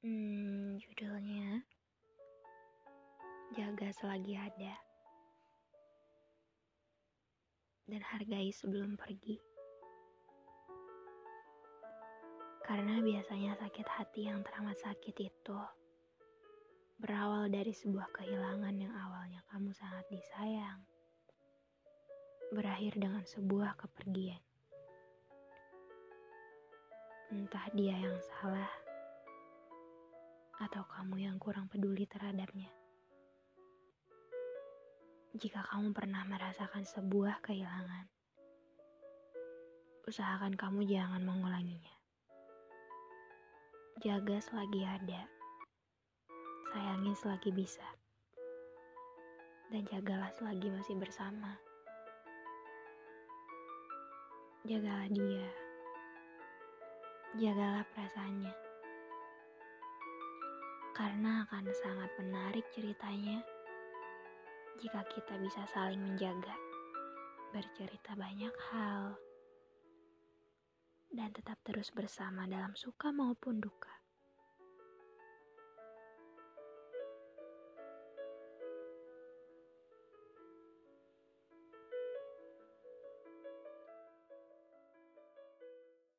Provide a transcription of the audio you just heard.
Judulnya Jaga Selagi Ada dan Hargai Sebelum Pergi. Karena biasanya sakit hati yang teramat sakit itu berawal dari sebuah kehilangan yang awalnya kamu sangat disayang, berakhir dengan sebuah kepergian. Entah dia yang salah atau kamu yang kurang peduli terhadapnya. Jika kamu pernah merasakan sebuah kehilangan, usahakan kamu jangan mengulanginya. Jaga selagi ada, sayangi selagi bisa, dan jagalah selagi masih bersama. Jagalah dia, jagalah perasaannya, karena akan sangat menarik ceritanya jika kita bisa saling menjaga, bercerita banyak hal, dan tetap terus bersama dalam suka maupun duka.